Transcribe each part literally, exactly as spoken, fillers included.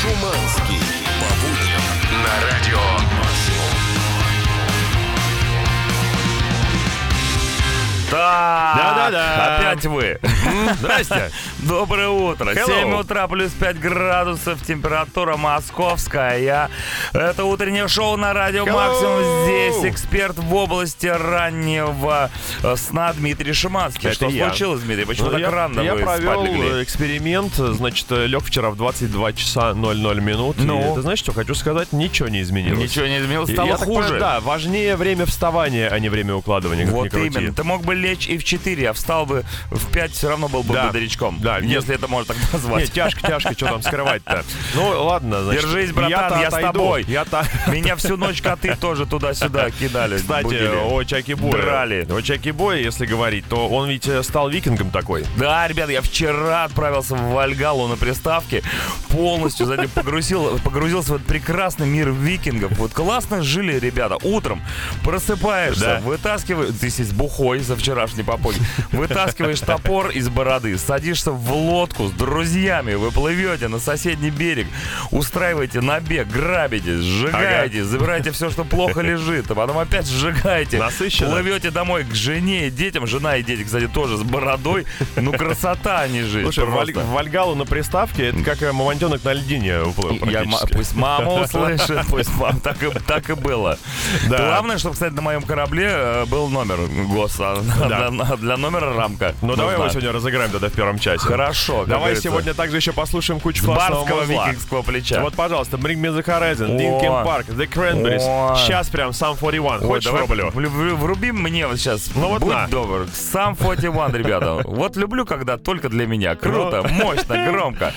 Шуманский. По будням на радио Максимум. Так, Да-да-да. опять вы. Здрасте. Доброе утро. Hello. семь утра плюс пять градусов, температура московская. Это утреннее шоу на радио Hello. Максимум. Здесь эксперт в области раннего сна Дмитрий Шуманский. Это Что я. случилось, Дмитрий? Почему Ну, так я, рано я вы провел спать легли? эксперимент, значит, лег вчера в двадцать два часа ноль ноль минут. Ну? И, ты знаешь, что хочу сказать? Ничего не изменилось. Ничего не изменилось, И стало я так хуже. понимаю, да, важнее время вставания, а не время укладывания, как ни Вот крути. именно. Ты мог бы лечь и в четыре, а встал бы в пять, все равно был бы Да. бодрячком. Да, если нет. это можно так назвать. Нет, тяжко, тяжко, что там скрывать-то. Ну, ладно, значит. Держись, братан, я-то я с отойду. тобой. Я-то... Меня всю ночь коты тоже туда-сюда кидали. Кстати, будили. о Чаки Бое. Драли. О Чаки Бое, если говорить, то он ведь э, стал викингом такой. Да, ребят, я вчера отправился в Вальгалу на приставке, полностью сзади погрузил, погрузился в этот прекрасный мир викингов. Вот классно жили ребята. Утром просыпаешься, Да. вытаскиваешь, ты здесь бухой за вчерашней попой, вытаскиваешь топор из бороды, садишься в лодку с друзьями, вы плывете на соседний берег, устраиваете набег, грабите, сжигаете, забираете все, что плохо лежит, а потом опять сжигаете. Насыщенно. Плывете домой к жене и детям. Жена и дети, кстати, тоже с бородой. Ну, красота, а не жизнь. Слушай, в, просто. Валь- в Вальгалу на приставке это как э, мамонтенок на льдине уплыл Я, ма- практически. пусть мама услышит, пусть мама, так и, так и было. Да. Главное, чтобы, кстати, на моем корабле э, был номер ГОСа. Да. Для, для номера рамка. Ну, давай нужна. его сегодня разыграем тогда в первом часе. Хорошо. как Давай говорится, сегодня также еще послушаем кучу с классного барского музла. викингского плеча. Вот, пожалуйста, Bring Me The Horizon, О. Linkin Park, The Cranberries. О. Сейчас прям Sum сорок один. Ой, Хочешь, давай врублю? в- в- вруби мне вот сейчас. Ну вот Будь на. добр. Сам сорок один, ребята. Вот люблю, когда только для меня. Круто, Ну. мощно, громко.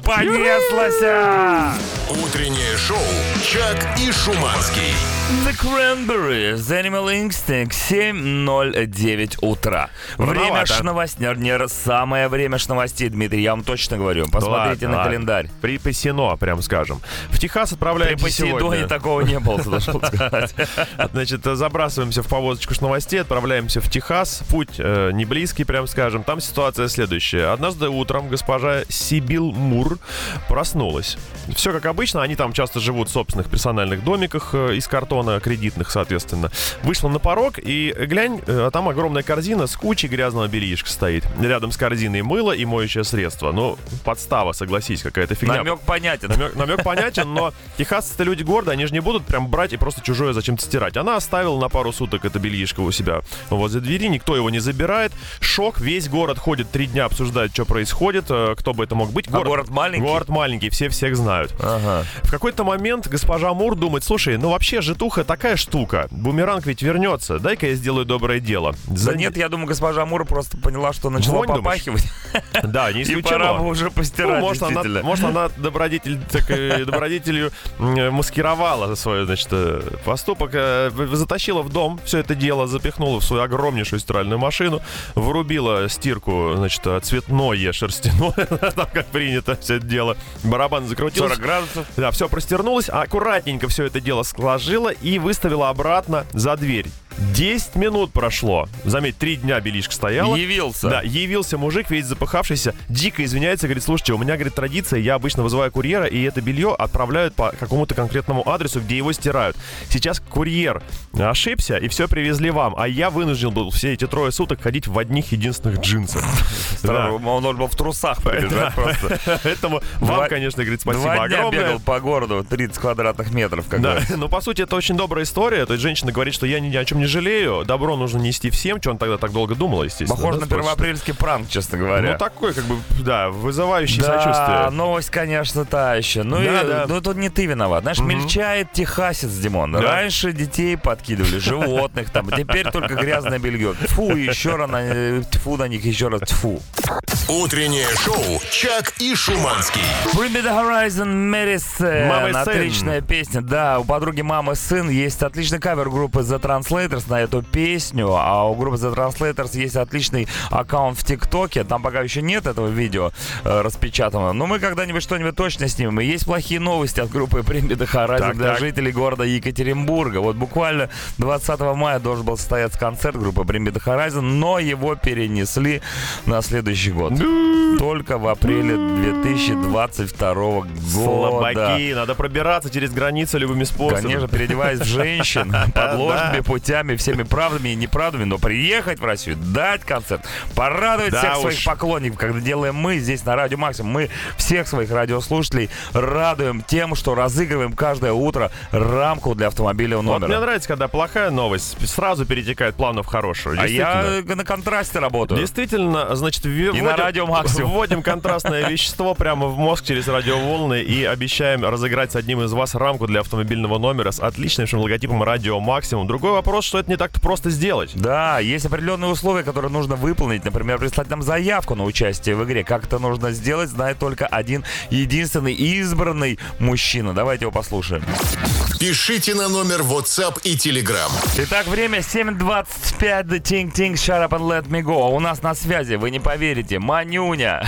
Понеслась! Утреннее шоу «Чак и Шуманский». The Cranberries, Animal Instinct, семь ноль девять утра. Время Рановато. ж новостей, не, самое время ж новостей, Дмитрий, я вам точно говорю. Посмотрите Ладно, на ладно. календарь. Припасено, прям скажем. В Техас При отправляемся Посейдоне сегодня. такого не было, должен сказать. Значит, забрасываемся в повозочку с новостей, отправляемся в Техас. Путь э, не близкий, прям скажем. Там ситуация следующая. Однажды утром госпожа Сибил Мур проснулась. Все как обычно, они там часто живут в собственных персональных домиках э, из картона, кредитных, соответственно. Вышла на порог и глянь, э, а там огромная корзина с кучей грязного бельишка стоит. Рядом с корзиной мыло и моющее средство. Ну, подстава, согласись, какая-то фигня. Намек понятен. Намек, намек понятен, но техасцы-то люди гордые, они же не будут прям брать и просто чужое зачем-то стирать. Она оставила на пару суток это бельишко у себя возле двери, никто его не забирает. Шок, весь город ходит три дня, обсуждает, что происходит, э, кто бы это мог быть. А город маленький? Город маленький, все всех знают. Ага. В какой-то момент госпожа Мур думает, слушай, ну вообще житуха такая штука, бумеранг ведь вернется, дай-ка я сделаю доброе дело. Да За- нет, я думаю, госпожа Мур просто поняла, что начала Вонь, думаешь? попахивать. Да, не И исключено. пора бы уже Ну, постирать, может, она, действительно. может, она добродетель, так, э, добродетелью м, маскировала свой, значит, э, поступок, э, в- затащила в дом все это дело, запихнула в свою огромнейшую стиральную машину, врубила стирку, значит, э, цветное, шерстяное, там как принято все это дело, барабан закрутился. сорок градусов. Да, все простернулось, аккуратненько все это дело сложила и выставила обратно за дверь. десять минут прошло. Заметь, три дня белишка стояла. Явился. Да, явился мужик, весь запыхавшийся, дико извиняется, говорит, слушайте, у меня, говорит, традиция, я обычно вызываю курьера, и это белье отправляют по какому-то конкретному адресу, где его стирают. Сейчас курьер ошибся, и все привезли вам, а я вынужден был все эти трое суток ходить в одних единственных джинсах. Да. Он должен был в трусах прибежать просто. Поэтому вам, Два- конечно, говорит, спасибо Два дня огромное. бегал по городу, тридцать квадратных метров, как Да, говорится. ну, по сути, это очень добрая история. То есть женщина говорит, что я ни о чем не жалею, добро нужно нести всем, что он тогда так долго думала, естественно. Похоже да, на первоапрельский пранк, честно говоря. Ну, такой, как бы, да, вызывающий Да, сочувствие. новость, конечно, та еще. Ну, Да, и, да. ну тут не ты виноват. Знаешь, мельчает техасец, Димон. Да. Раньше детей подкидывали, животных там. Теперь только грязное белье. Тьфу, еще раз на, тьфу на них, еще раз тьфу. Утреннее шоу «Чак и Шуманский». Bring Me The Horizon, Medicine. Мама и сын. Отличная песня. Да, у подруги «Мама и сын» есть отличный кавер группы The Translators на эту песню. А у группы The Translators есть отличный аккаунт в ТикТоке. Там пока еще нет этого видео э, распечатанного. Но мы когда-нибудь что-нибудь точно снимем. И есть плохие новости от группы Bring Me The Horizon Так, для так. жителей города Екатеринбурга. Вот буквально двадцатого мая должен был состояться концерт группы Bring Me The Horizon, но его перенесли на следующий следующий год. Только в апреле две тысячи двадцать второго года. Слабаки, надо пробираться через границы любыми способами. Конечно, переодеваясь в женщин, подложными путями, всеми правдами и неправдами, но приехать в Россию, дать концерт, порадовать всех своих поклонников, когда делаем мы здесь на Радио Максимум. Мы всех своих радиослушателей радуем тем, что разыгрываем каждое утро рамку для автомобильного номера. Вот мне нравится, когда плохая новость сразу перетекает плавно в хорошую. А я на контрасте работаю. Действительно, значит, вводим, и на Радио Максимум. Вводим контрастное вещество прямо в мозг через радиоволны и обещаем разыграть с одним из вас рамку для автомобильного номера с отличным логотипом Радио Максимум. Другой вопрос, что это не так-то просто сделать. Да, есть определенные условия, которые нужно выполнить. Например, прислать нам заявку на участие в игре. Как это нужно сделать, знает только один единственный избранный мужчина. Давайте его послушаем. Пишите на номер WhatsApp и Telegram. Итак, время семь двадцать пять. The Ting Ting, Shut Up and Let Me Go. У нас на связи, вы не поверите, Манюня.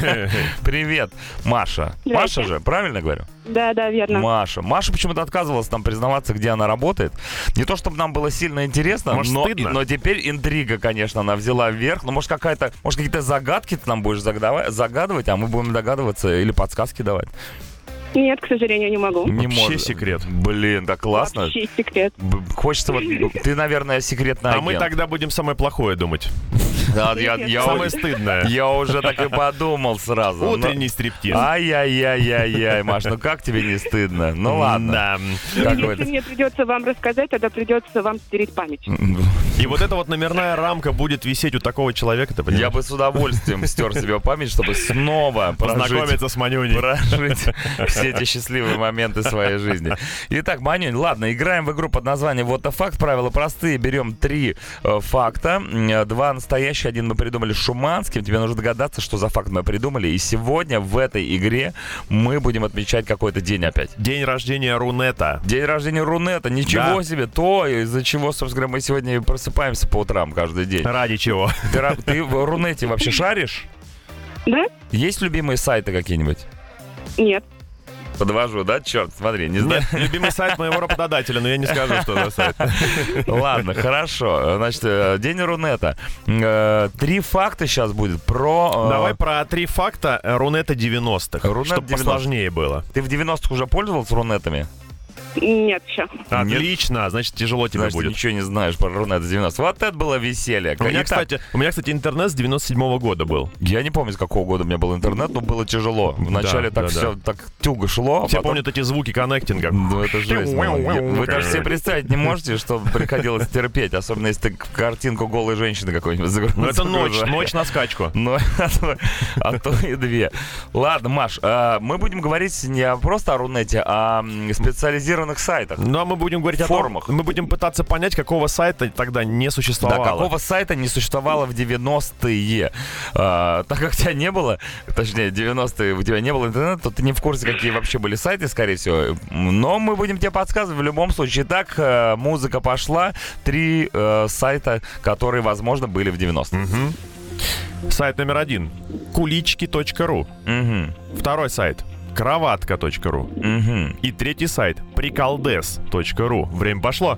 Привет, Маша. Маша же, правильно говорю? Да, да, верно. Маша. Маша почему-то отказывалась нам признаваться, где она работает. Не то, чтобы нам было сильно интересно, может, но, стыдно? но теперь интрига, конечно, она взяла вверх. Ну, может, какая-то, может, какие-то загадки ты нам будешь загадывать, загадывать, а мы будем догадываться или подсказки давать. Нет, к сожалению, не могу. Не Вообще может. секрет. Блин, так классно. Вообще секрет. Б- Хочется вот... Ты, наверное, секретный агент. А мы тогда будем самое плохое думать. Да, я, я, Самое уже- стыдное. я уже так и подумал сразу. Но- Утренний стриптиз. Ай-яй-яй-яй-яй, Маш, ну как тебе не стыдно? Ну ладно. Да. Как Если говорится. мне придется вам рассказать, тогда придется вам стереть память. И вот эта вот номерная рамка будет висеть у такого человека, ты понимаешь? Я бы с удовольствием стер себе память, чтобы снова прожить, Познакомиться с Манюней. прожить все эти счастливые моменты своей жизни. Итак, Манюнь, ладно, играем в игру под названием «Вот это факт». Правила простые. Берем три э, факта. Э, Два настоящие, один мы придумали с Шуманским. Тебе нужно догадаться, что за факт мы придумали. И сегодня в этой игре мы будем отмечать какой-то день опять. День рождения Рунета. День рождения Рунета. Ничего Да. себе. То, из-за чего, собственно говоря, мы сегодня и просыпаемся по утрам каждый день. Ради чего? Ты, ра- ты в Рунете вообще шаришь? Да? Есть любимые сайты какие-нибудь? Нет. Подвожу, да? Черт, смотри, не знаю. Нет, любимый сайт моего работодателя, но я не скажу, что за сайт. Ладно, хорошо. Значит, э, день Рунета. Э, Три факта сейчас будет про... э, Давай про три факта Рунета девяностых, Рунет чтобы девяностых. посложнее было. Ты в девяностых уже пользовался Рунетами? Нет еще. Отлично, значит, тяжело тебе Значит, ты будет. ничего не знаешь про Рунет девяностых. Вот это было веселье. У меня, Итак, кстати, у меня, кстати, интернет с девяносто седьмого года был. я не помню, с какого года у меня был интернет, но было тяжело. Вначале Да, так да, все так тюго шло. а Все потом- помнят эти звуки коннектинга. Ну, это жесть. ну, я- Вы даже себе представить не можете, что приходилось терпеть, особенно если ты картинку голой женщины какой-нибудь загрузишь. Ну, это ночь, ночь на скачку. Ну, а то, а то и две. Ладно, Маш, а, мы будем говорить не просто о Рунете, а м, специализированных сайтах. Ну, а мы будем говорить о Форумах. том, мы будем пытаться понять, какого сайта тогда не Да, существовало. какого сайта не существовало в девяностые? А, так как тебя не было, точнее, в девяностые у тебя не было интернета, то ты не в курсе, какие вообще были сайты, скорее всего. Но мы будем тебе подсказывать в любом случае. Итак, э, музыка пошла. Три э, сайта, которые, возможно, были в девяностых. Мгм. Сайт номер один. кулички точка ру. Мгм. Второй сайт. кроватка точка ру. Мгм. И третий сайт. приколдес точка ру. Время пошло.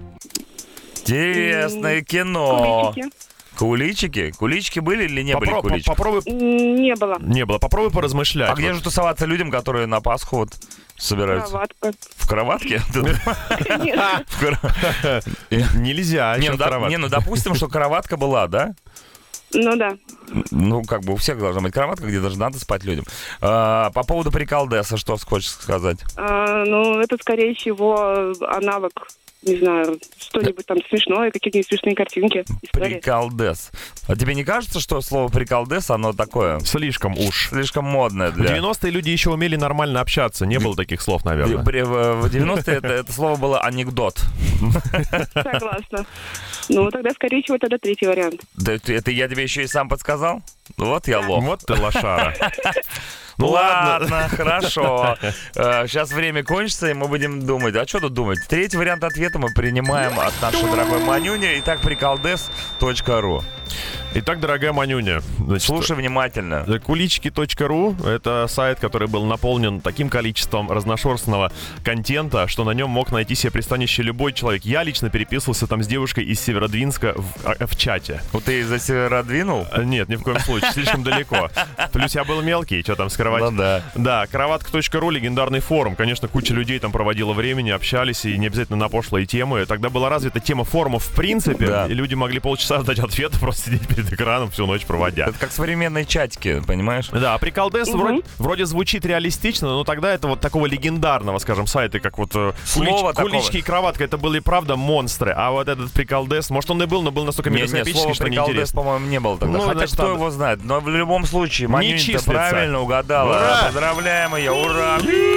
Интересное кино. Куличики. Куличики? Куличики были или не Попро- были по- куличики? Попробуй... Не было. Не было. Попробуй поразмышлять. А где же тусоваться людям, которые на Пасху вот собираются? Кроватка. В кроватке? Нет. В кро- Нельзя. Не, еще ну, да- кроватка. не, ну допустим, что кроватка была, да? Ну да. Ну, как бы у всех должна быть кроватка, где даже надо спать людям. А, по поводу приколдеса, что хочешь сказать? А, ну, это, скорее всего, аналог, не знаю, что-нибудь там смешное, какие-нибудь смешные картинки. Истории. Приколдес. А тебе не кажется, что слово приколдес, оно такое Слишком уж. слишком модное В для... девяностые люди еще умели нормально общаться. Не было таких слов, наверное. При- В в девяностые это, это слово было анекдот. Согласна. Ну, тогда, скорее всего, тогда третий вариант. Да это, это я тебе еще и сам подсказал? Вот я лох. Вот ты лошара. Ну ладно. Ладно, хорошо. Сейчас время кончится, и мы будем думать. А что тут думать? Третий вариант ответа мы принимаем от нашей дорогой Манюни. Итак, приколдес точка ру. Итак, дорогая Манюня, значит, Слушай внимательно. кулички точка ру — это сайт, который был наполнен таким количеством разношерстного контента, что на нем мог найти себе пристанище любой человек. Я лично переписывался там с девушкой из Северодвинска в, в чате. Вот ты из-за Северодвинул? Нет, ни в коем случае, слишком далеко. Плюс я был мелкий, что там скрывать. Ну да. Да, кроватка точка ру — легендарный форум. Конечно, куча людей там проводила времени, общались, и не обязательно на пошлые темы. Тогда была развита тема форумов в принципе, Да. и люди могли полчаса ждать ответа, просто сидеть перед экраном всю ночь проводя. Это как современные чатики, понимаешь? Да, приколдес Мгм. вроде, вроде звучит реалистично, но тогда это вот такого легендарного, скажем, сайта, как вот э, Слово кулич- такого. кулички и кроватка, это были, правда, монстры. А вот этот приколдес, может, он и был, но был настолько Не, не, микроскопический, слово что приколдес, неинтересно. по-моему, не было тогда. Ну, Хотя значит, кто надо. его знает. Но в любом случае, Манюня числится. правильно угадала. Ура! Поздравляем ее, ура!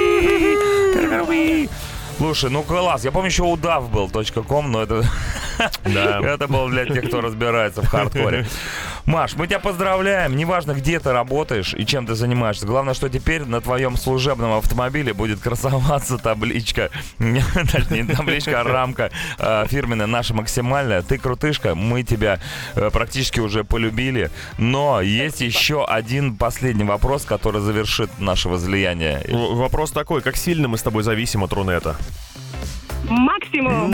Слушай, ну класс. Я помню, еще удав был .ком, но это... Да. Это было для тех, кто разбирается в хардкоре. Маш, мы тебя поздравляем. Неважно, где ты работаешь и чем ты занимаешься. Главное, что теперь на твоем служебном автомобиле будет красоваться табличка, точнее, не табличка, а рамка э, фирменная, наша максимальная. Ты крутышка, мы тебя э, практически уже полюбили. Но есть еще один последний вопрос, который завершит наше возлияние. В- Вопрос такой, как сильно мы с тобой зависим от Рунета? Максимум.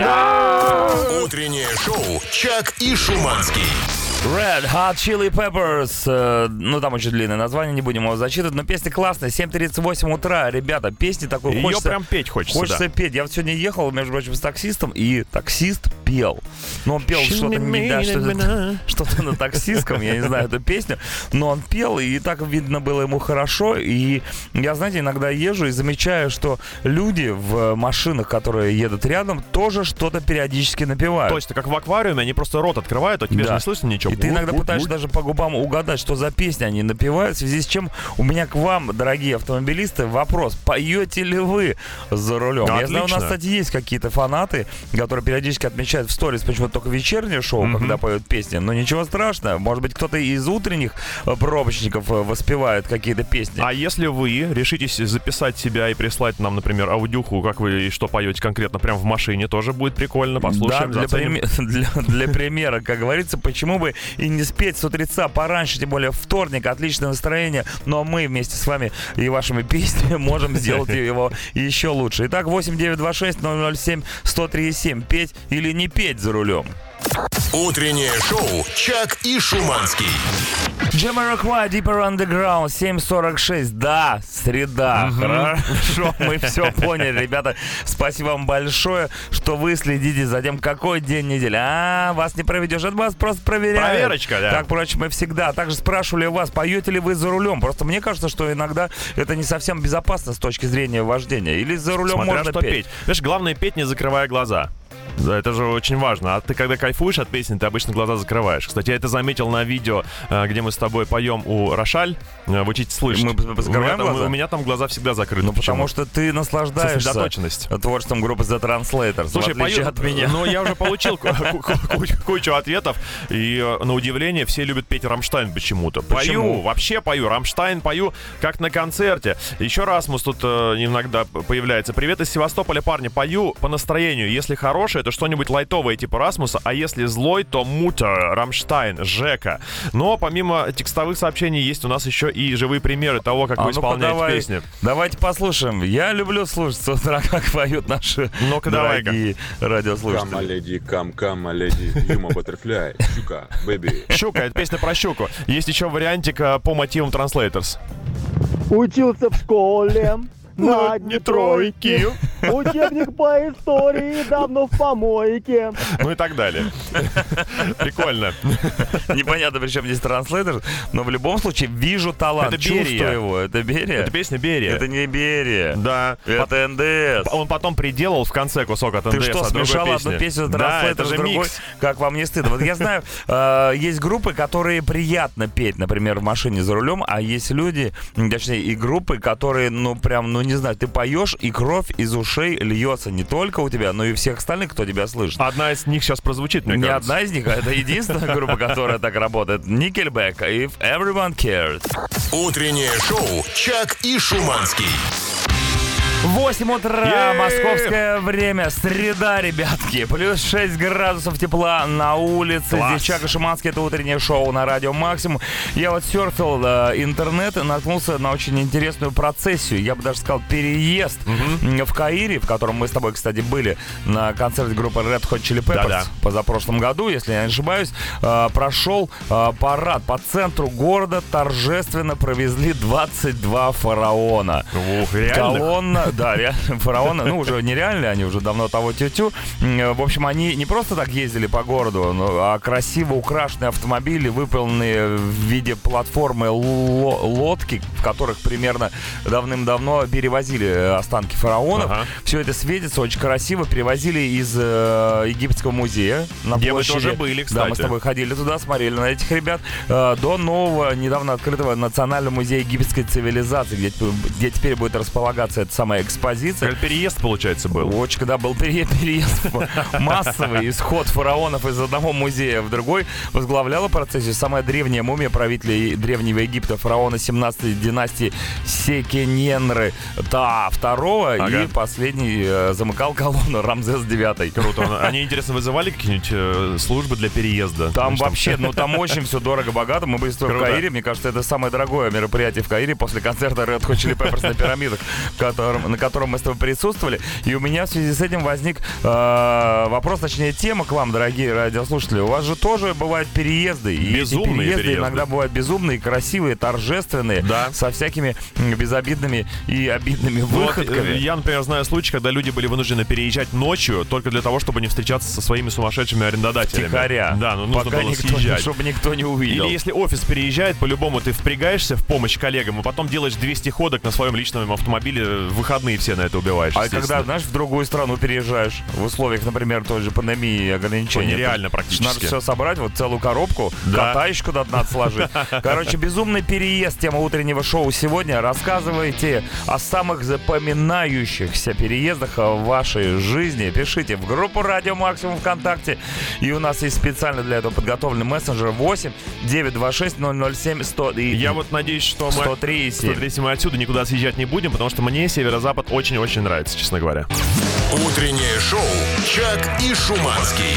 Утреннее шоу «Чак и Шуманский». Red Hot Chili Peppers. э, Ну, там очень длинное название, не будем его зачитывать. Но песня классная. семь тридцать восемь утра. Ребята, песни такой Ее хочется... прям петь хочется, Хочется да. петь. Я вот сегодня ехал, между прочим, с таксистом, и таксист пел. Но он пел что-то не да, что-то, что-то на таксистском, я не знаю эту песню. Но он пел, и так видно было ему хорошо. И я, знаете, иногда езжу и замечаю, что люди в машинах, которые едут рядом, тоже что-то периодически напевают. Точно, как в аквариуме, они просто рот открывают, а тебе Да. же не слышно ничего. И ты иногда Гуль-гуль-гуль. пытаешься даже по губам угадать, что за песни они напевают, в связи с чем у меня к вам, дорогие автомобилисты, вопрос. Поете ли вы за рулем? Я знаю, у нас, Отлично. кстати, есть какие-то фанаты, которые периодически отмечают в сторис почему-то только вечернее шоу, Мгм. когда поют песни. Но ничего страшного. Может быть, кто-то из утренних э, пробочников э, воспевает какие-то песни. А если вы решитесь записать себя и прислать нам, например, аудюху, как вы и что поете конкретно прямо в машине, тоже будет прикольно, послушаем, Да, для, заценим. приме- для, для примера, как говорится, почему бы и не спеть с утреца пораньше, тем более вторник, отличное настроение, но мы вместе с вами и вашими песнями можем сделать его еще лучше. Итак, восемь девятьсот двадцать шесть ноль ноль семь сто три семь. Петь или не петь за рулем? Утреннее шоу «Чак и Шуманский». Jamiroquai, Deeper Underground, семь сорок шесть. Да, среда. Хорошо, мы все поняли, ребята. Спасибо вам большое, что вы следите за тем, какой день недели. А, вас не проведешь, это вас просто проверяют. Проверочка, да. Как, впрочем, и всегда. Также спрашивали вас, поете ли вы за рулем. Просто мне кажется, что иногда это не совсем безопасно с точки зрения вождения. Или за рулем Смотря можно что петь. петь. Знаешь, главное петь, не закрывая глаза. Да, это же очень важно. А ты, когда кайфуешь от песни, ты обычно глаза закрываешь. Кстати, я это заметил на видео, э, где мы с тобой поем у Рошаль. э, Вы учитесь слышать. Мы закрываем у меня, там, глаза? у меня там глаза всегда закрыты. Ну, потому Почему? что ты наслаждаешься Сосредоточенность. творчеством группы The Translators, Слушай, в отличие пою- от меня. Ну, я уже получил ку- ку- ку- кучу ответов, и э, на удивление все любят петь Рамштайн почему-то. Почему? Пою, вообще пою. Рамштайн пою, как на концерте. Еще Расмус тут э, иногда появляется. Привет из Севастополя, парни. Пою по настроению. Если хорошее, то что-нибудь лайтовое типа Расмуса, а если злой, то Мута, Рамштайн, Жека. Но помимо текстовых сообщений есть у нас еще и живые примеры того, как А вы ну-ка, исполняете давай, песни. Давайте послушаем. Я люблю слушать с утра, как поют наши Ну-ка, давай-ка. дорогие радиослушатели. Come, lady, come, come, lady, you my butterfly, щука, baby. Щука, это песня про щуку. Есть еще вариантик э, по мотивам Translators. Учился в школе на одни одни тройки. Учебник по истории давно в помойке. Ну и так далее. Прикольно. Непонятно, при чем здесь транслейтер, но в любом случае вижу талант, Это чувствую Берия. его. Это Берия? Это песня Берия. Это не Берия. Да. Это эн дэ эс. Он потом приделал в конце кусок от эн Ты дэ эс что, от другой смешал песни. одну песню Да, транслейтер это с же другой? микс. Как вам не стыдно? Вот я знаю, э, есть группы, которые приятно петь, например, в машине за рулем, а есть люди, м, точнее, и группы, которые, ну, прям, ну, не знаю, ты поешь, и кровь из ушей ушей льется не только у тебя, но и у всех остальных, кто тебя слышит. Одна из них сейчас прозвучит, мне Не кажется. одна из них, а это единственная группа, которая так работает. Nickelback, If Everyone Cared. Утреннее шоу «Чак и Шуманский». восемь утра, Е-е-е! московское время, среда, ребятки. Плюс шесть градусов тепла на улице. Класс. Здесь Чак и Шуманский, это утреннее шоу на Радио Максимум. Я вот серфил э, интернет и наткнулся на очень интересную процессию. Я бы даже сказал, переезд Мгм. в Каире, в котором мы с тобой, кстати, были на концерте группы Red Hot Chili Peppers Да-да. позапрошлом году, если я не ошибаюсь. э, прошел э, парад по центру города. Торжественно провезли двадцать два фараона. Ух, реально? Колонна, да, реально, фараоны, ну, уже нереальные, они уже давно того тю-тю. М, В общем, они не просто так ездили по городу, но, а красиво украшенные автомобили, выполненные в виде платформы ло- лодки, в которых примерно давным-давно перевозили э, останки фараонов. Ага. Все это светится очень красиво. Привозили из э, Египетского музея на Где мы площади. тоже были, Да, мы с кстати. тобой ходили туда, смотрели на этих ребят. э, до нового, недавно открытого Национального музея египетской цивилизации, где, теп- где теперь будет располагаться эта самая экспозиция. Это переезд, получается, был. Очень, когда был пере- переезд, массовый исход фараонов из одного музея в другой, возглавляла процессию самая древняя мумия правителя Древнего Египта, фараона семнадцатой династии Секененры Та второго, Ага. и последний э, замыкал колонну Рамзес девятый. Круто. Они, интересно, вызывали какие-нибудь э, службы для переезда? Там Потому что вообще, ну там очень все дорого-богато. Мы были с тобой в Круто. Каире. Мне кажется, это самое дорогое мероприятие в Каире после концерта Red Hot Chili Peppers на пирамидах, которым- на котором мы с тобой присутствовали. И у меня в связи с этим возник э, вопрос, точнее тема к вам, дорогие радиослушатели. У вас же тоже бывают переезды. И Безумные эти переезды, переезды. иногда бывают безумные, красивые, торжественные, Да. со всякими м, безобидными и обидными Ну, вот, выходками. э, я, например, знаю случай, когда люди были вынуждены переезжать ночью только для того, чтобы не встречаться со своими сумасшедшими арендодателями. Тихоря. Да, ну нужно Пока было никто, съезжать. чтобы никто не увидел. Или если офис переезжает, по-любому ты впрягаешься в помощь коллегам, и потом делаешь двести ходок на своем личном автомобиле, в выходные все на это убиваешь. А естественно. когда, знаешь, в другую страну переезжаешь, в условиях, например, той же пандемии и ограничений. То нереально это- практически. Надо все собрать, вот целую коробку, Да. кота еще куда-то надо сложить. Короче, безумный переезд, тема утреннего шоу сегодня. Рассказывайте о самых запоминающихся переездах в вашей жизни. Пишите в группу Радио Максимум ВКонтакте. И у нас есть специально для этого подготовленный мессенджер восемь девятьсот двадцать шесть ноль ноль семь сто. И Я вот надеюсь, что мы... сто три и семь. сто три и семь мы отсюда никуда съезжать не будем, потому что мне северо-запад очень-очень нравится, честно говоря. Утреннее шоу «Чак и Шуманский».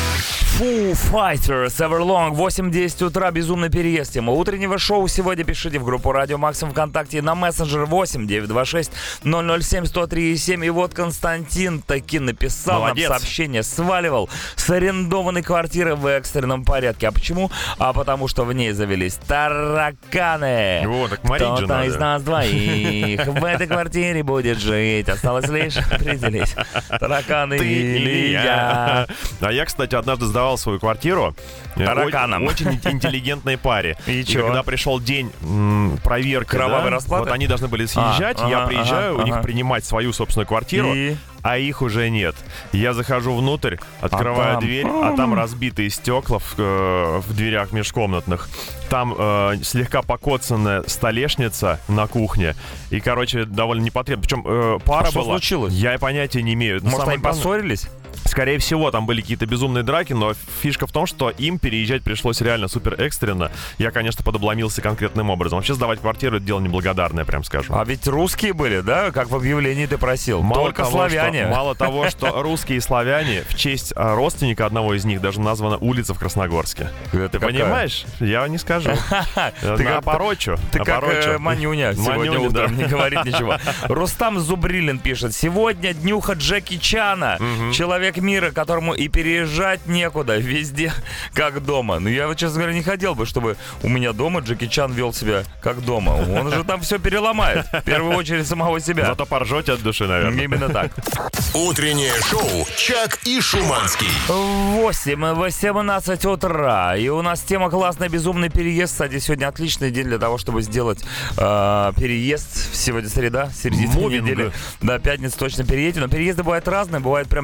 Foo Fighters, Everlong, восемь десять утра, безумный переезд. Тема утреннего шоу сегодня пишите в группу Радио Максимум ВКонтакте и на мессенджер восемь девятьсот двадцать шесть ноль ноль семь сто три и семь. И вот Константин таки написал Молодец. нам сообщение. Сваливал с арендованной квартиры в экстренном порядке. А почему? А потому что в ней завелись тараканы. О, так морить же Кто-то из надо. нас двоих в этой квартире будет жить. Осталось лишь определить, тараканы Ты или или я. я. А я, кстати, однажды сдавал свою квартиру э, Тараканам. о- очень интеллигентной паре. И чё? когда пришел день м, проверки, Кровавой да, расплаты? вот они должны были съезжать, А, я ага, приезжаю ага, у них ага. принимать свою собственную квартиру, И? а их уже нет. Я захожу внутрь, открываю там? дверь, а там разбитые стекла в, э, в дверях межкомнатных. Там э, слегка покоцанная столешница на кухне. И, короче, довольно непотребно. Причем э, пара А что была. случилось? Я понятия не имею. Но Может, самое они главное- поссорились? Скорее всего, там были какие-то безумные драки, но фишка в том, что им переезжать пришлось реально супер экстренно. Я, конечно, подобломился конкретным образом. Вообще, сдавать квартиру — это дело неблагодарное, прям скажем. А ведь русские были, да? Как в объявлении ты просил. Только того, славяне. Что, мало того, что русские и славяне, в честь а, родственника одного из них даже названа улица в Красногорске. Это Ты какая? понимаешь? Я не скажу. Ты как- Опорочу. Ты как опорочу. э, Манюня сегодня Манюня, утром, да. не говорит ничего. Рустам Зубрилин пишет. Сегодня днюха Джеки Чана. Человек мира, которому и переезжать некуда. Везде как дома. Ну, я, вот, честно говоря, не хотел бы, чтобы у меня дома Джеки Чан вел себя как дома. Он же там все переломает. В первую очередь самого себя. Зато поржете от души, наверное. Именно так. Утреннее шоу «Чак и Шуманский». восемь восемнадцать утра. И у нас тема классная, безумный переезд. Кстати, сегодня отличный день для того, чтобы сделать э, переезд. Сегодня среда, середина Мувинг. недели. Да, пятница точно переедете. Но переезды бывают разные. Бывают прям безумные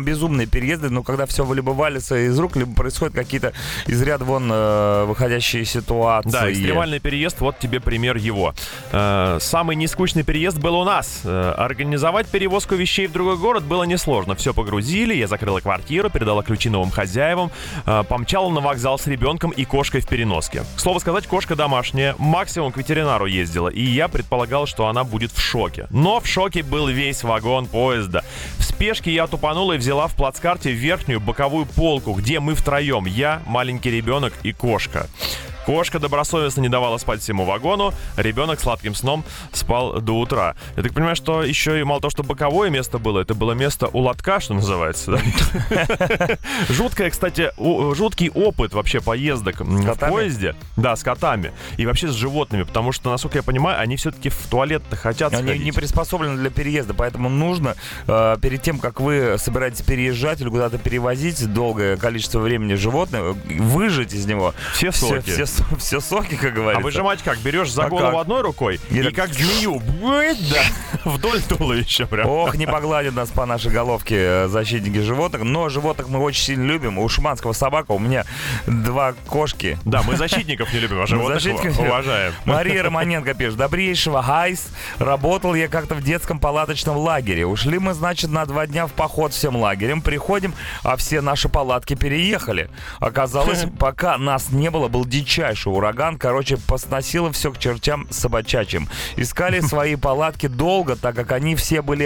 переезды, но когда все вылибывается из рук, либо происходят какие-то из ряда вон э, выходящие ситуации. Да, экстремальный переезд, вот тебе пример его. Э, самый нескучный переезд был у нас. Э, организовать перевозку вещей в другой город было несложно. Все погрузили, я закрыла квартиру, передала ключи новым хозяевам, э, помчала на вокзал с ребенком и кошкой в переноске. К слову сказать, кошка домашняя, максимум к ветеринару ездила, и я предполагал, что она будет в шоке. Но в шоке был весь вагон поезда. В спешке я тупанула и взяла в плацкарте верхнюю боковую полку, где мы втроем, я, маленький ребенок и кошка. Кошка добросовестно не давала спать всему вагону, ребенок сладким сном спал до утра. Я так понимаю, что еще и мало того, что боковое место было, это было место у лотка, что называется. Жуткое, кстати, жуткий опыт вообще поездок в поезде. Да, с котами. И вообще с животными, потому что, насколько я понимаю, они все-таки в туалет-то хотят сходить. Они не приспособлены для переезда, поэтому нужно перед тем, как вы собираетесь переезжать или куда-то перевозить долгое количество времени животных, выжать из него все соки. Все, все, все соки, как говорится. А выжимать как? Берешь за а голову как? одной рукой и, и как змею да, вдоль туловища прям. Ох, не погладят нас по нашей головке защитники животных. Но животных мы очень сильно любим. У шуманского собака у меня два кошки. Да, мы защитников не любим, а животных уважаем. Мария Романенко пишет. Добрейшего, гайс. Работал я как-то в детском палаточном лагере. Ушли мы, значит, на два дня в поход всем лагерем. Приходим, а все наши палатки переехали. Оказалось, пока нас не было, был дичайший ураган. Короче, посносило все к чертям собачачьим. Искали свои палатки долго, так как они все были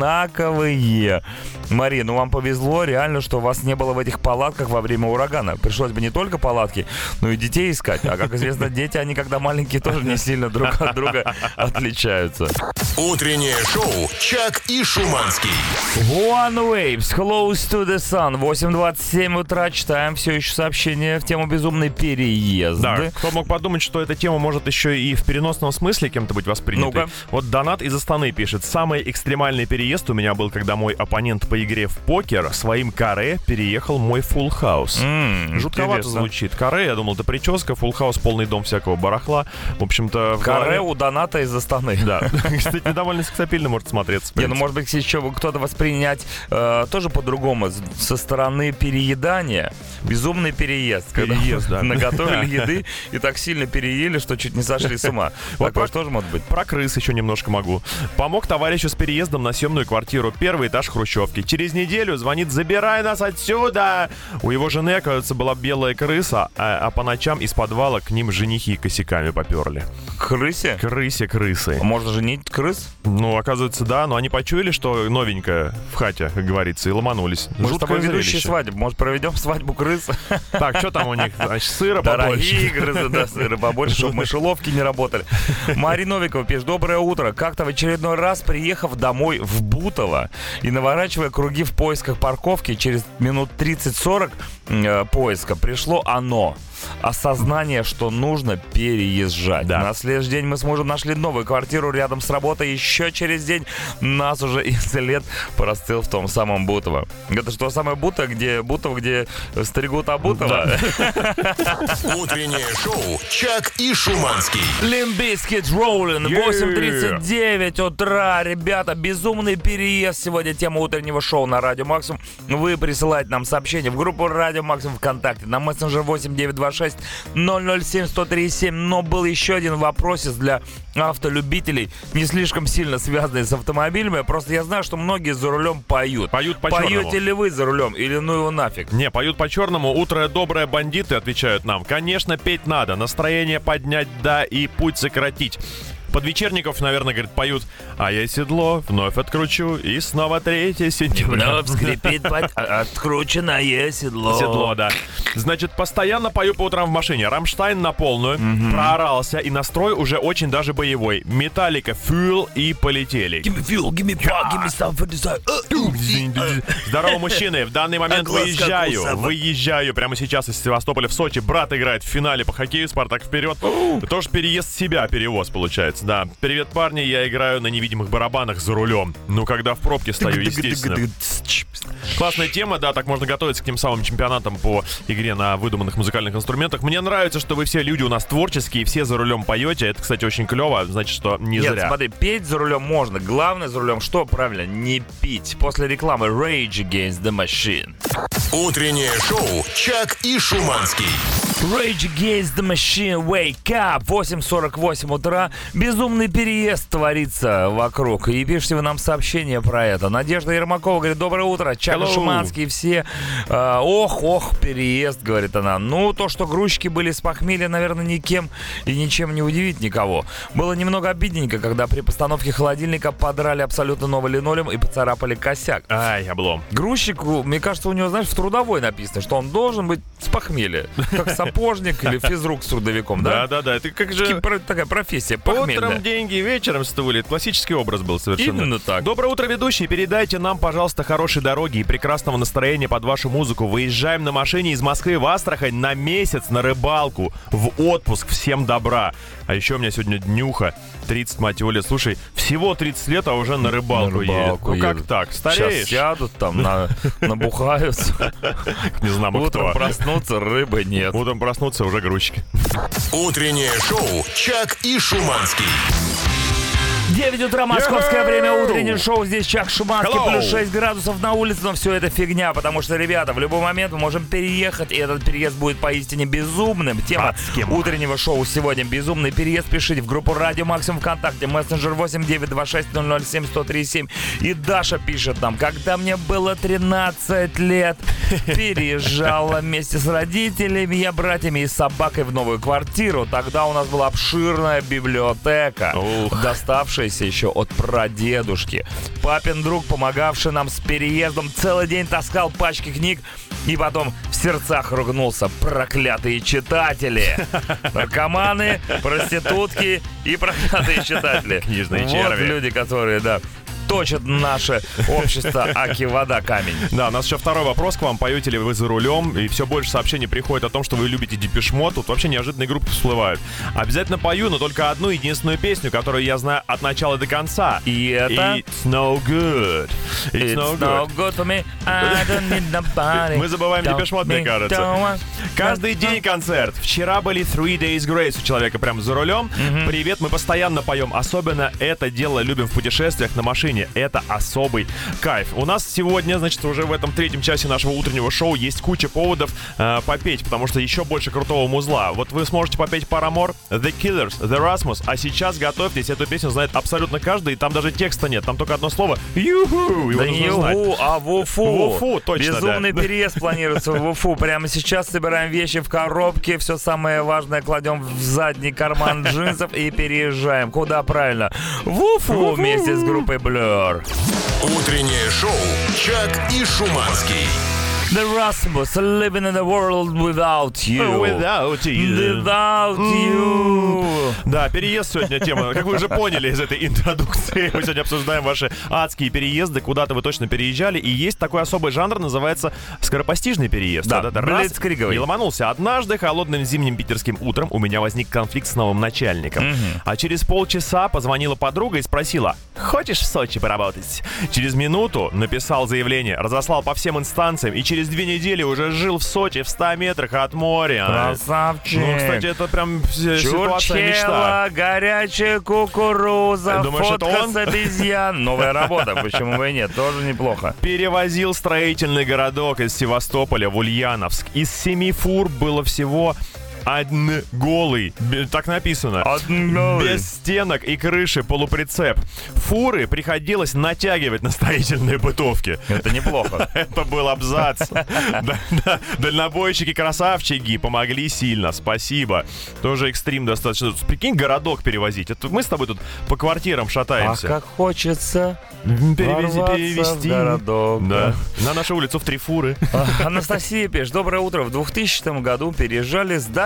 одинаковые. Мария, ну вам повезло реально, что вас не было в этих палатках во время урагана. Пришлось бы не только палатки, но и детей искать. А как известно, дети, они когда маленькие, тоже не сильно друг от друга отличаются. Утреннее шоу «Чак и Шуманский». One Waves, Close to the Sun. восемь двадцать семь утра. Читаем все еще сообщения в тему безумный переезд. Да, кто мог подумать, что эта тема может еще и в переносном смысле кем-то быть воспринятой. Ну-ка. Вот Донат из Астаны пишет. Самый экстремальный переезд у меня был, когда мой оппонент по игре в покер своим каре переехал мой Full House. Mm, Жутковато интересно. звучит. Каре, я думал, это прическа, Full House, полный дом всякого барахла. В общем-то... В каре голове... у Доната из Астаны. Да. Кстати, довольно сексапильно может смотреться. Не, ну может быть еще кто-то воспринять э, тоже по-другому, со стороны переедания. Безумный переезд. Переезд, да. Наготовили еды и так сильно переели, что чуть не сошли с ума. Такое тоже может быть. Про крыс еще немножко могу. Помог товарищу с переездом на съемную квартиру. Первый этаж хрущевки. Через неделю звонит: забирай нас отсюда! У его жены, оказывается, была белая крыса, а, а по ночам из подвала к ним женихи косяками поперли. Крысе? Крысе крысы. Можно женить крыс? Ну, оказывается, да, но они почуяли, что новенькое в хате, как говорится, и ломанулись. Мы с тобой ведущие зрелище. свадьбы. Может, проведем свадьбу крыс? Так, что там у них? Значит, сыра побольше. Дорогие крысы, да, сыра побольше, чтобы мышеловки не работали. Мария Новикова пишет: доброе утро. Как-то в очередной раз, приехав домой в Бутово и наворачивая круги в поисках парковки, через минут тридцать-сорок э, поиска пришло оно. Осознание, что нужно переезжать. Да. На следующий день мы с мужем нашли новую квартиру рядом с работой. Еще через день нас уже и след простыл в том самом Бутово. Это что самое Бутово, где Бутово, где стригут Абутово? Утреннее шоу «Чак и Шуманский». Limp Bizkit Rollin', восемь тридцать девять утра. Ребята, безумный переезд. Сегодня тема утреннего шоу на Радио Максимум. Вы присылаете нам сообщение в группу Радио Максимум ВКонтакте на мессенджер восемь девять два шесть ноль ноль семь сто три семь. Но был еще один вопросец для автолюбителей, не слишком сильно связанный с автомобилями. Просто я знаю, что многие за рулем поют. Поют по-черному. Поете ли вы за рулем или ну его нафиг? Не, поют по-черному. Утро доброе, бандиты, отвечают нам. Конечно, петь надо. Настроение поднять, да, и путь сократить. Под вечерников, наверное, говорит, поют: а я седло вновь откручу, и снова третье сентября. Вновь скрипит под... открученное седло. Седло, да. Значит, постоянно пою по утрам в машине. Рамштайн на полную, mm-hmm. проорался, и настрой уже очень даже боевой. Металлика, Fuel и полетели. Give me fuel, give me power, give me stuff for desire. Здорово, мужчины. В данный момент выезжаю. Выезжаю прямо сейчас из Севастополя в Сочи. Брат играет в финале по хоккею, Спартак вперед. Тоже переезд себя, перевоз получается. Молодец, да. Привет, парни, я играю на невидимых барабанах за рулем. Ну, когда в пробке стою, естественно. Классная тема, да, так можно готовиться к тем самым чемпионатам по игре на выдуманных музыкальных инструментах. Мне нравится, что вы все люди у нас творческие, все за рулем поете. Это, кстати, очень клево, значит, что не Нет, зря. смотри, петь за рулем можно. Главное за рулем что? Правильно, не пить. После рекламы Rage Against the Machine. Утреннее шоу «Чак и Шуманский». Rage Against the Machine, wake up! восемь сорок восемь утра. Безумный переезд творится вокруг. И пишите вы нам сообщение про это. Надежда Ермакова говорит: доброе утро, Чак и Шуманский, все. Э, ох, ох, переезд, говорит она. Ну, то, что грузчики были с похмелья, наверное, никем и ничем не удивит никого. Было немного обидненько, когда при постановке холодильника подрали абсолютно новый линолеум и поцарапали косяк. Ай, облом. Грузчику, мне кажется, у него, знаешь, в трудовой написано, что он должен быть с похмелья. Как сапожник или физрук с трудовиком, да? Да-да-да, это как же... Такая профессия, похмельная. Утром деньги, вечером стулья. Классический образ был совершенно. Именно так. Доброе утро, ведущие. Передайте нам, пожалуйста, хорошей дороги и прекрасного настроения под вашу музыку. Выезжаем на машине из Москвы в Астрахань на месяц на рыбалку, в отпуск. Всем добра. А еще у меня сегодня днюха. тридцать, мать его, лет. Слушай, всего тридцать лет, а уже на рыбалку, на рыбалку едет. Ну едут. как так? Стареешь? Сейчас сядут там, на, набухаются. Не знаю, кто. Утром проснуться, рыбы нет. Утром проснуться, уже грузчики. Утреннее шоу «Чак и Шуманский». девять утра, московское время, утреннее шоу. Здесь Чак Шуманский, Hello. плюс шесть градусов на улице, но все это фигня, потому что, ребята, в любой момент мы можем переехать, и этот переезд будет поистине безумным. Тема Адским. утреннего шоу сегодня — безумный переезд. Пишите в группу Радио Максимум ВКонтакте, мессенджер восемь девять два шесть ноль ноль семь сто три семь. И Даша пишет нам: когда мне было тринадцать лет, переезжала вместе с родителями, я, братьями и собакой в новую квартиру. Тогда у нас была обширная библиотека, Ух. доставшаяся еще от прадедушки. Папин друг, помогавший нам с переездом, целый день таскал пачки книг и потом в сердцах ругнулся: проклятые читатели. Наркоманы, проститутки и проклятые читатели. Книжные вот черви. люди, которые, да, точат наше общество аки вода камень. Да, у нас еще второй вопрос к вам. Поете ли вы за рулем? И все больше сообщений приходит о том, что вы любите Депеш Мод. Тут вообще неожиданные группы всплывают. Обязательно пою, но только одну единственную песню, которую я знаю от начала до конца. И это... It's no good. It's, It's no no good. good for me. I don't need nobody. Мы забываем Don't Депеш Мод, мне me, кажется. don't want- Каждый день концерт. Вчера были Three Days Grace у человека прямо за рулем. Привет, мы постоянно поем. Особенно это дело любим в путешествиях на машине. Это особый кайф. У нас сегодня, значит, уже в этом третьем часе нашего утреннего шоу есть куча поводов э, попеть, потому что еще больше крутого музла. Вот вы сможете попеть Paramore, The Killers, The Rasmus, а сейчас готовьтесь, эту песню знает абсолютно каждый, и там даже текста нет, там только одно слово «Юху». Его Да не нужно знать. Уфу, а в Уфу. В Уфу, точно, Безумный да. переезд планируется в Уфу. Прямо сейчас собираем вещи в коробке, все самое важное кладем в задний карман джинсов и переезжаем. Куда правильно? В Уфу вместе с группой Blur. Утреннее шоу «Чак и Шуманский». The Rasmus, living in a world without you. Without you. Without you. Да, переезд сегодня тема. Как вы уже поняли из этой интродукции, мы сегодня обсуждаем ваши адские переезды, куда-то вы точно переезжали. И есть такой особый жанр, называется скоропостижный переезд. Да, Вот это раз, блицкриговый. и ломанулся. Однажды холодным зимним питерским утром у меня возник конфликт с новым начальником. А через полчаса позвонила подруга и спросила: хочешь в Сочи поработать? Через минуту написал заявление, разослал по всем инстанциям и через две недели уже жил в Сочи в ста метрах от моря. Красавчик. Ну, кстати, это прям ситуация мечта. Чурчхела, горячая кукуруза, Думаешь, фотка это он? с обезьян. Новая работа, почему бы и нет, тоже неплохо. Перевозил строительный городок из Севастополя в Ульяновск. Из семи фур было всего один голый, б- так написано. Один голый. Без стенок и крыши полуприцеп. Фуры приходилось натягивать на строительные бытовки. Это неплохо. Это был абзац. Да, да. Дальнобойщики-красавчики помогли сильно, спасибо. Тоже экстрим достаточно. Прикинь, городок перевозить. Это мы с тобой тут по квартирам А шатаемся. как хочется Перевези, ворваться перевести. в городок. Да. На нашу улицу в три фуры. А, Анастасия пишет: доброе утро. В двухтысячном году переезжали с дальнего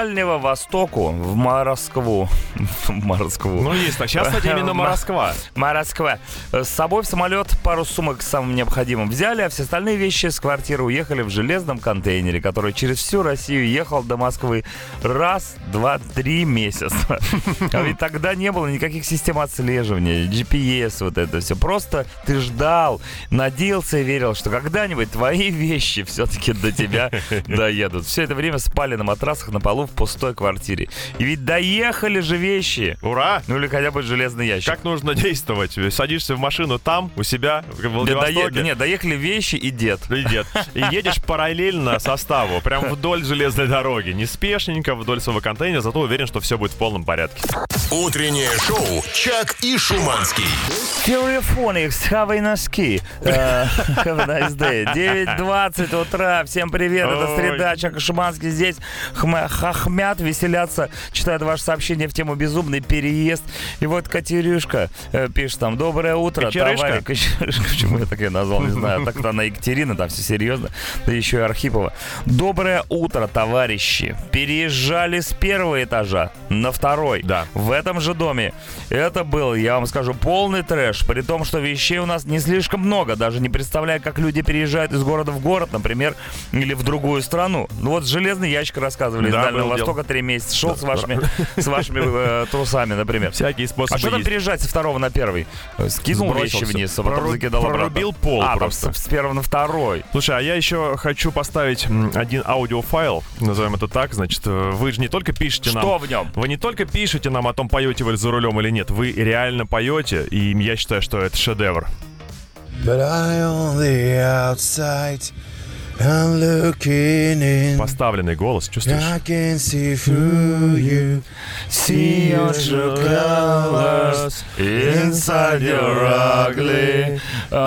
Дальнего Востоку в Москву. В Москву. Ну, есть так. Сейчас, кстати, именно Москва. Москва. С собой в самолет пару сумок с самым необходимым взяли, а все остальные вещи с квартиры уехали в железном контейнере, который через всю Россию ехал до Москвы раз, два, три месяца. А ведь тогда не было никаких систем отслеживания, джи пи эс, вот это все. Просто ты ждал, надеялся и верил, что когда-нибудь твои вещи все-таки до тебя доедут. Все это время спали на матрасах на полу в пустой квартире. И ведь доехали же вещи. Ура! Ну или хотя бы железный ящик. Как нужно действовать? Садишься в машину там, у себя, в Владивостоке. Да, нет, доехали вещи и дед. И дед. И едешь параллельно составу, прям вдоль железной дороги. Неспешненько вдоль своего контейнера, зато уверен, что все будет в полном порядке. Утреннее шоу «Чак и Шуманский». Stereophonics, have a носки. Uh, have a nice day. девять двадцать утра. Всем привет. Это Ой. среда. Чак и Шуманский здесь. Хм- хохмят, веселятся. Читают ваши сообщения в тему «Безумный переезд». И вот Катерюшка э, пишет там: доброе утро, Кочерышка? товарищ. Кочерышка. Почему я так ее назвал, не знаю. Так-то она Екатерина, там все серьезно. Да еще и Архипова. Доброе утро, товарищи. Переезжали с первого этажа на второй. Да. В этом же доме. Это был, я вам скажу, полный трэш. При том, что вещей у нас не слишком много. Даже не представляю, как люди переезжают из города в город, например, или в другую страну. Ну вот железный ящик рассказывали, Да, из Дальнего был Востока три месяца. Шел с вашими, с вашими э, трусами, например. Всякие способы А что там есть. переезжать со второго на первый? Скинул Сбросил вещи всё. вниз, а потом Прору- закидал обратно. прорубил пол а, просто. там с, с первого на второй. Слушай, а я еще хочу поставить м, один аудиофайл, назовем это так. Значит, э, вы же не только пишете нам... Что в нем? Вы не только пишете нам о том, поете вы за рулем или нет, вы реально поете, и я считаю, что это шедевр. But I on the outside, I'm looking in. Поставленный голос, чувствуешь? I can see through you. See your true colors inside your ugly,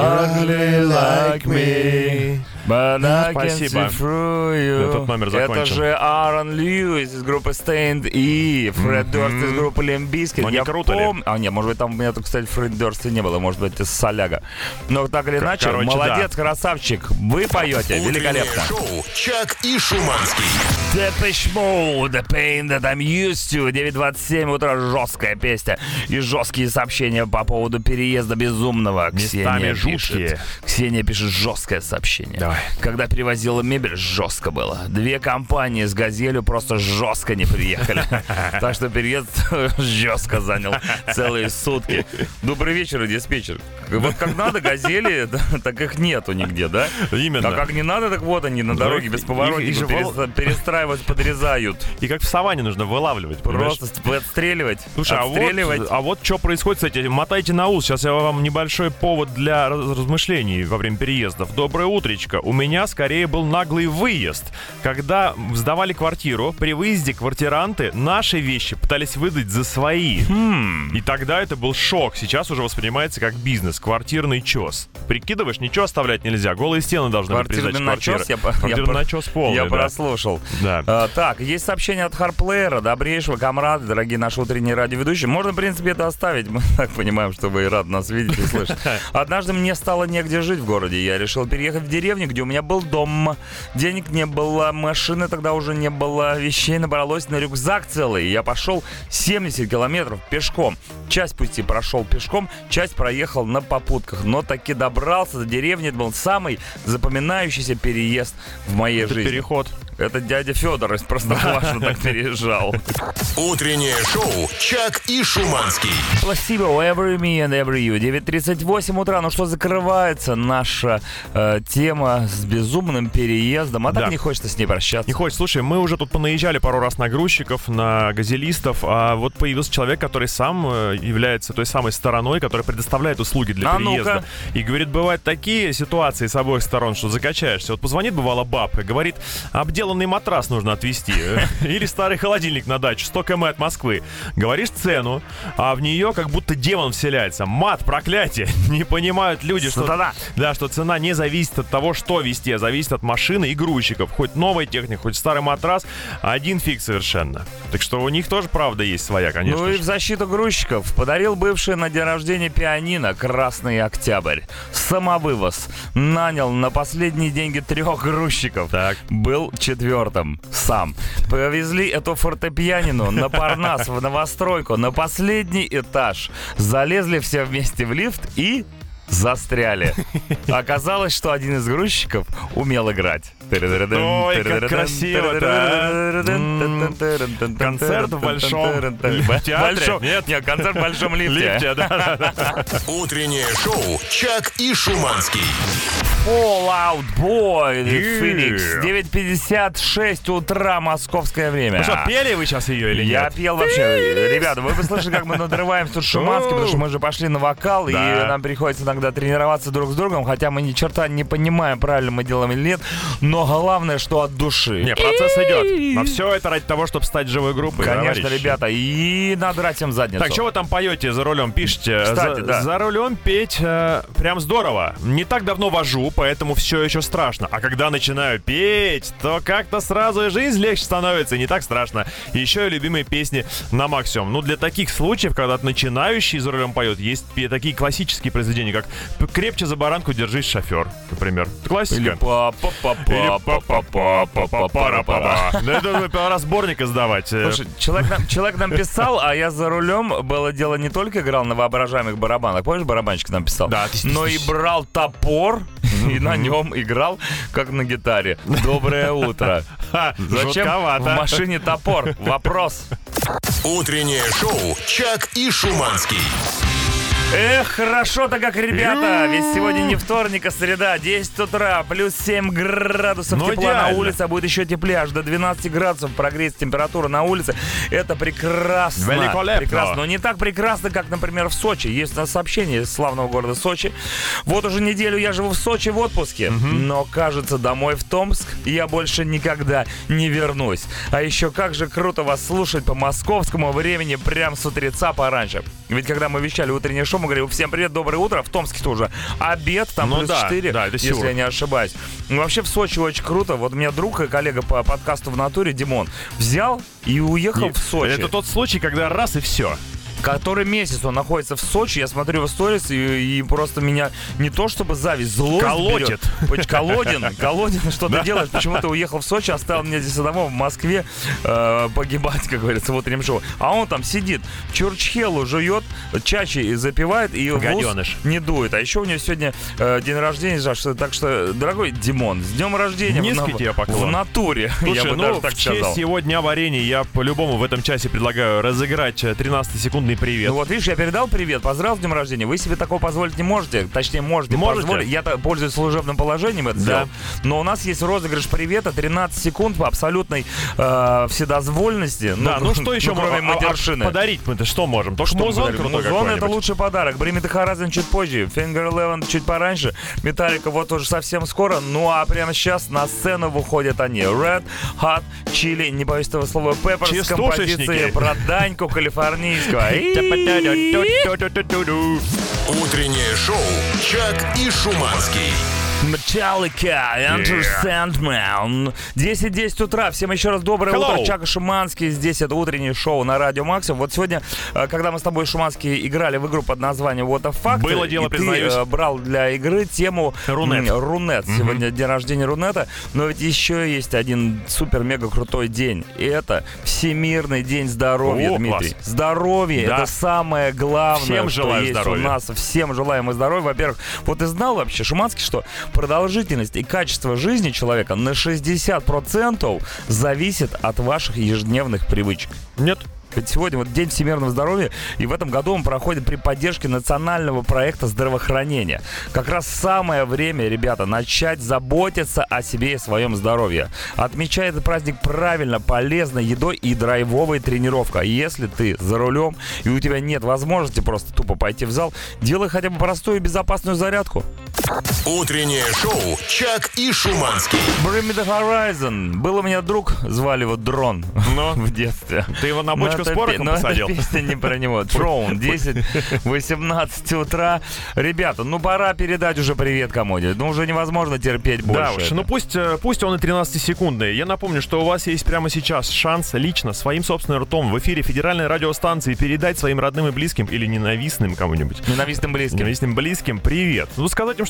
ugly like me. But I can see Спасибо. through you. Этот номер Это закончен. же Аарон Льюис из группы Stained и Фред Дёрст из группы Limp Bizkit. Но не Я круто ли? пом- А, нет, может быть, там у меня тут, кстати, Фред Дёрст и не было. Может быть, из Соляга. Но так или иначе, короче, молодец, красавчик. Вы поете Утреннее великолепно. шоу «Чак и Шуманский». Depeche Mode, The Pain That I'm Used To. девять двадцать семь утра, жесткая песня. И жесткие сообщения по поводу переезда безумного. Местами Ксения жуткие. пишет. Ксения пишет жесткое сообщение. Давай. Когда перевозила мебель, жестко было. Две компании с «Газелью» просто жестко не приехали. Так что переезд жестко занял целые сутки. Добрый вечер, диспетчер. Вот как надо «Газели», так их нету нигде, да? Именно. А как не надо, так вот они на Да, дороге без их- поворотников их же перес- вол- перестраивают, подрезают. И как в саванне нужно вылавливать. понимаешь? Просто отстреливать. Слушай, а отстреливать. вот, а вот что происходит, кстати, мотайте на ус. Сейчас я вам небольшой повод для раз- размышлений во время переездов. Доброе утречко. У меня скорее был наглый выезд. Когда сдавали квартиру, при выезде квартиранты наши вещи пытались выдать за свои. Хм. И тогда это был шок. Сейчас уже воспринимается как бизнес, квартирный чес. Прикидываешь, ничего оставлять нельзя. Голые стены должны быть Квартирный приезжать в квартиру. начес, я, по- я, Квартирный про- начес полный, я да. прослушал. Да. А, так, есть сообщение от Харплеера, добрейшего комрада, дорогие наши утренние радиоведущие. Можно, в принципе, это оставить. Мы так понимаем, что вы и рады нас видеть и слышать. Однажды мне стало негде жить в городе. Я решил переехать в деревню, где у меня был дом. Денег не было, машины тогда уже не было, вещей набралось на рюкзак целый. Я пошел семьдесят километров пешком. Часть пути прошел пешком, часть проехал на попутках. Но таки добрался до деревни. Это был самый запоминающийся переезд в моей Это жизни. переход. Это дядя Федор из Простоквашино так переезжал. Утреннее шоу «Чак и Шуманский». Спасибо, every me and every you. девять тридцать восемь утра. Ну что, закрывается наша э, тема с безумным переездом. А так Да. не хочется с ней прощаться. Не хочешь, слушай, мы уже тут понаезжали пару раз на грузчиков, на газелистов, а вот появился человек, который сам э, является той самой стороной, которая предоставляет услуги для А переезда. ну-ка. И говорит, бывают такие ситуации с обоих сторон, что закачаешься. Вот позвонит, бывало, бабка, говорит, обделанный матрас нужно отвезти. Или старый холодильник на дачу, сто километров от Москвы. Говоришь цену, а в нее как будто демон вселяется. Мат, проклятие. Не понимают люди, что... Сатана. Да, что цена не зависит от того, что везти, а зависит от машины и грузчиков. Хоть новая техника, хоть старый матрас, один фиг совершенно. Так что у них тоже правда есть своя, конечно. Ну и же. в защиту грузчиков подарил бывший на день рождения пианино «Красный Октябрь». Самовывоз. Нанял на последние деньги трех грузчиков. Так. Был четвертом сам. Повезли эту фортепианину на Парнас в новостройку, на последний этаж. Залезли все вместе в лифт и застряли. Оказалось, что один из грузчиков умел играть. Ой, как красиво-то. Концерт в большом театре? Нет, нет, концерт в большом лифте. Лифте, да. Утреннее шоу «Чак и Шуманский». Fall Out Boy, Phoenix. девять пятьдесят шесть утра, московское время. Ну что, пели вы сейчас ее или нет? Я пел вообще. Ребята, вы бы слышали, как мы надрываемся тут Шуманский, потому что мы же пошли на вокал, и нам приходится иногда тренироваться друг с другом, хотя мы ни черта не понимаем, правильно мы делаем или нет, но главное, что от души. Не, процесс идет. Но все это ради того, чтобы стать живой группой. Конечно, товарищи. Ребята, и надрать им задницу. Так, что вы там поете за рулем, пишите? Кстати, за, да. за рулем петь э, прям здорово. Не так давно вожу, поэтому все еще страшно. А когда начинаю петь, то как-то сразу и жизнь легче становится, и не так страшно. Еще и любимые песни на максимум. Ну, для таких случаев, когда начинающий за рулем поет, есть такие классические произведения, как «Крепче за баранку держись, шофер», например. Это классика. Или па-па-па-па. Па-па-па-па-па-па-па-па. Да это пора сборник издавать. Слушай, человек нам, человек нам писал, а я за рулем, было дело, не только играл на воображаемых барабанах, помнишь, барабанщик нам писал? Да. Но и брал топор и на нем играл, как на гитаре. Доброе утро. Зачем в машине топор? Вопрос. Утреннее шоу «Чак и Шуманский». Эх, хорошо-то как, ребята, ведь сегодня не вторник, а среда, десять утра, плюс семь градусов ну, тепла идеально. на улице, а будет еще теплее, аж до двенадцати градусов прогреется температура на улице. Это прекрасно. Великолепно. Прекрасно, но не так прекрасно, как, например, в Сочи. Есть у нас сообщение из славного города Сочи. Вот уже неделю я живу в Сочи в отпуске, угу. но, кажется, домой в Томск я больше никогда не вернусь. А еще как же круто вас слушать по московскому времени прям с утреца пораньше. Ведь когда мы вещали утреннее шоу, мы говорим: всем привет, доброе утро. В Томске тоже обед, там ну плюс да, четыре, да, это если сила. я не ошибаюсь. Ну, вообще в Сочи очень круто. Вот у меня друг и коллега по подкасту «В натуре» Димон взял и уехал И, в Сочи. Это тот случай, когда раз и все. Который месяц он находится в Сочи, я смотрю в сторис, и, и просто меня не то чтобы зависть, злость колотит. берет. Колодин, Колодин, что ты делаешь? Почему ты уехал в Сочи, оставил меня здесь одного в Москве э, погибать, как говорится, в утреннем шоу. А он там сидит, чурчхелу жует, чачи запивает и в ус не дует. А еще у него сегодня э, день рождения, Жаш, так что, дорогой Димон, с днем рождения. Низкий в, тебе поклон. В натуре, Слушай, я бы ну, даже так в сказал. честь его дня варенья я по-любому в этом часе предлагаю разыграть тринадцатисекундный привет. Ну вот, видишь, я передал привет, поздравил с днем рождения. Вы себе такого позволить не можете. Точнее, можете, можете? позволить. Я пользуюсь служебным положением, это да. сделал. Но у нас есть розыгрыш привета, тринадцать секунд по абсолютной э, вседозвольности. Да, ну, ну что еще ну, кроме а, матершины. А, подарить мы-то что можем? Только что музон крутой Музон какой-нибудь. Это лучший подарок. Bring Me The Horizon чуть позже, Finger Eleven чуть пораньше, Металлика вот уже совсем скоро. Ну а прямо сейчас на сцену выходят они. Red Hot Chili, не боюсь этого слова, Peppers с композицией про Даньку калифорнийского. Утреннее шоу «Чак и Шуманский». Metallica, Enter Sandman. десять десять утра. Всем еще раз доброе Hello. утро. Чак и Шуманский. Здесь это утреннее шоу на Радио Максимум. Вот сегодня, когда мы с тобой, Шуманский, играли в игру под названием What the Fuck, было дело, и признаюсь. ты брал для игры тему Рунет. Рунет. Mm-hmm. Сегодня день рождения Рунета. Но ведь еще есть один супер-мега крутой день. И это Всемирный день здоровья, О, Дмитрий. класс. Здоровье Да. это самое главное, Всем что желаю есть здоровья. у нас. Всем желаем мы здоровья. Во-первых, вот ты знал вообще, Шуманский, что продолжительность и качество жизни человека на шестьдесят процентов зависит от ваших ежедневных привычек? Нет. Ведь сегодня вот День всемирного здоровья, и в этом году он проходит при поддержке национального проекта здравоохранения. Как раз самое время, ребята, начать заботиться о себе и своем здоровье. Отмечай этот праздник правильно, полезной едой и драйвовой тренировкой. Если ты за рулем и у тебя нет возможности просто тупо пойти в зал, делай хотя бы простую и безопасную зарядку. Утреннее шоу «Чак и Шуманский». Bring Me The Horizon. Был у меня друг, звали его Дрон, но в детстве. Ты его на бочку с порохом но посадил? эта песня не про него. Троун, десять восемнадцать утра. Ребята, ну пора передать уже привет кому-нибудь. Ну уже невозможно терпеть больше. Да уж, это. ну пусть, пусть он и тринадцатисекундный. Я напомню, что у вас есть прямо сейчас шанс лично, своим собственным ртом в эфире федеральной радиостанции передать своим родным и близким или ненавистным кому-нибудь. Ненавистным близким. Ненавистным близким привет. Ну, сказать им что-нибудь теплое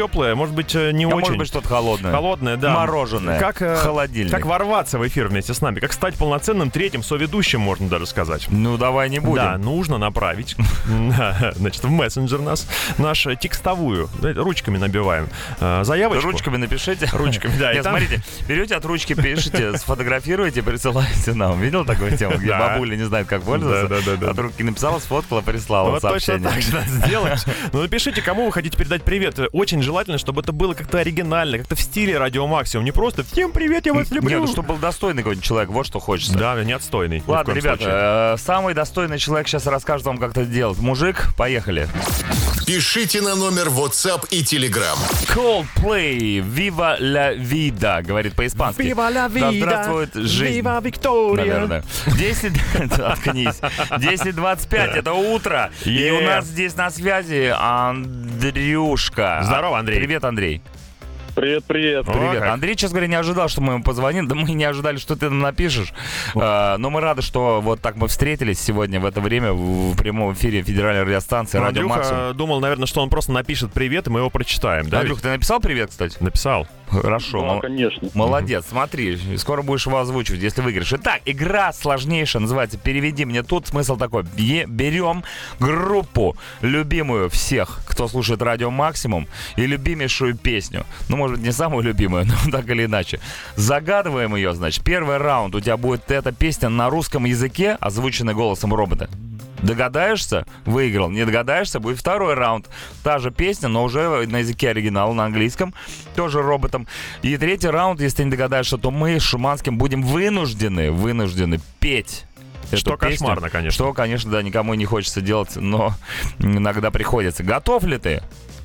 теплое, может быть, не а очень. может быть, что-то холодное. Холодное, да. Мороженое. Как, э, холодильник. Как ворваться в эфир вместе с нами, как стать полноценным третьим соведущим, можно даже сказать. Ну, давай не будем. Да, нужно направить, значит, в мессенджер нас, нашу текстовую, ручками набиваем заявочку. Ручками напишите. Ручками, да. Нет, смотрите, берете от ручки, пишите, сфотографируете, присылаете нам. Видел такую тему, где бабуля не знает, как пользоваться? Да, да, да. От руки написала, сфоткала, прислала вот сообщение. Точно так же надо сделать. Ну, напишите, кому вы хотите передать привет. Очень желательно, чтобы это было как-то оригинально, как-то в стиле Радио Максимум. Не просто «Всем привет, я вас люблю». Нет, ну, чтобы был достойный какой-нибудь человек, вот что хочется. Да, не отстойный. Ладно, ребята, э, самый достойный человек сейчас расскажет вам, как это делать. Мужик, поехали. Пишите на номер WhatsApp и Telegram. Coldplay, Viva la vida, говорит по-испански. Viva la vida, да здравствует жизнь. Viva Victoria. Наверное. десять, откнись. десять двадцать пять, это утро. Yeah. И у нас здесь на связи Андрюшка. Здорово, Андрей. Привет, Андрей. Привет, привет. Привет. как. Андрей, честно говоря, не ожидал, что мы ему позвоним. Да мы не ожидали, что ты нам напишешь. А, но мы рады, что вот так мы встретились сегодня в это время в, в прямом эфире федеральной радиостанции Ну, «Радио Андрюха Максимум». думал, наверное, что он просто напишет привет, и мы его прочитаем. Да, Андрюх, ведь? ты написал привет, кстати? Написал. Хорошо. Да, мол- конечно. Молодец, смотри, скоро будешь его озвучивать, если выиграешь. Итак, игра сложнейшая, называется «Переведи мне тут». Смысл такой: Е- берем группу, любимую всех, кто слушает «Радио Максимум», и любимейшую песню. Ну, может быть, не самую любимую, но так или иначе. Загадываем ее, значит. Первый раунд у тебя будет эта песня на русском языке, озвученная голосом робота. Догадаешься — выиграл. Не догадаешься — будет второй раунд. Та же песня, но уже на языке оригинала, на английском, тоже роботом. И третий раунд, если ты не догадаешься, то мы с Шуманским будем вынуждены, вынуждены петь. Что эту песню. кошмарно, конечно. Что, конечно, да, никому не хочется делать, но иногда приходится. Готов ли ты?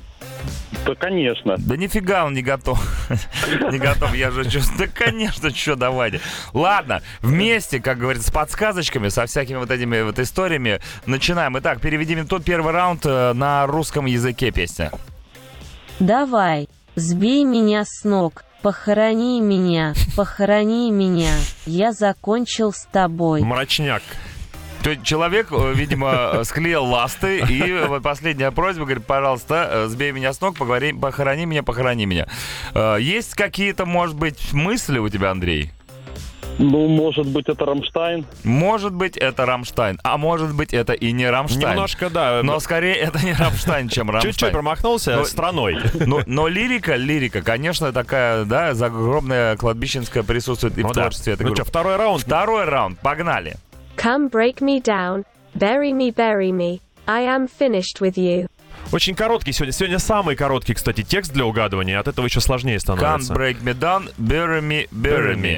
Да, конечно. Да нифига он не готов. Не готов, я же чувствую. Да, конечно, что, давайте. Ладно, вместе, как говорится, с подсказочками, со всякими вот этими вот историями начинаем. Итак, переведи мне тут первый раунд на русском языке песня. Давай, сбей меня с ног, похорони меня, похорони меня, я закончил с тобой. Мрачняк. То человек, видимо, склеил ласты, и вот последняя просьба, говорит, пожалуйста, сбей меня с ног, поговори, похорони меня, похорони меня. Есть какие-то, может быть, мысли у тебя, Андрей? Ну, может быть, это Рамштайн. Может быть, это Рамштайн, а может быть, это и не Рамштайн. Немножко, да. Но скорее это не Рамштайн, чем Рамштайн. Чуть-чуть промахнулся Но- страной. Но, но лирика, лирика, конечно, такая, да, загробная кладбищенская присутствует и Ну в да. творчестве этой Ну группы. что, второй раунд? Второй раунд, погнали. Come break me down, bury me, bury me. I am finished with you. Очень короткий сегодня. Сегодня самый короткий, кстати, текст для угадывания. От этого еще сложнее Can't становится. break me down, bury me, bury me.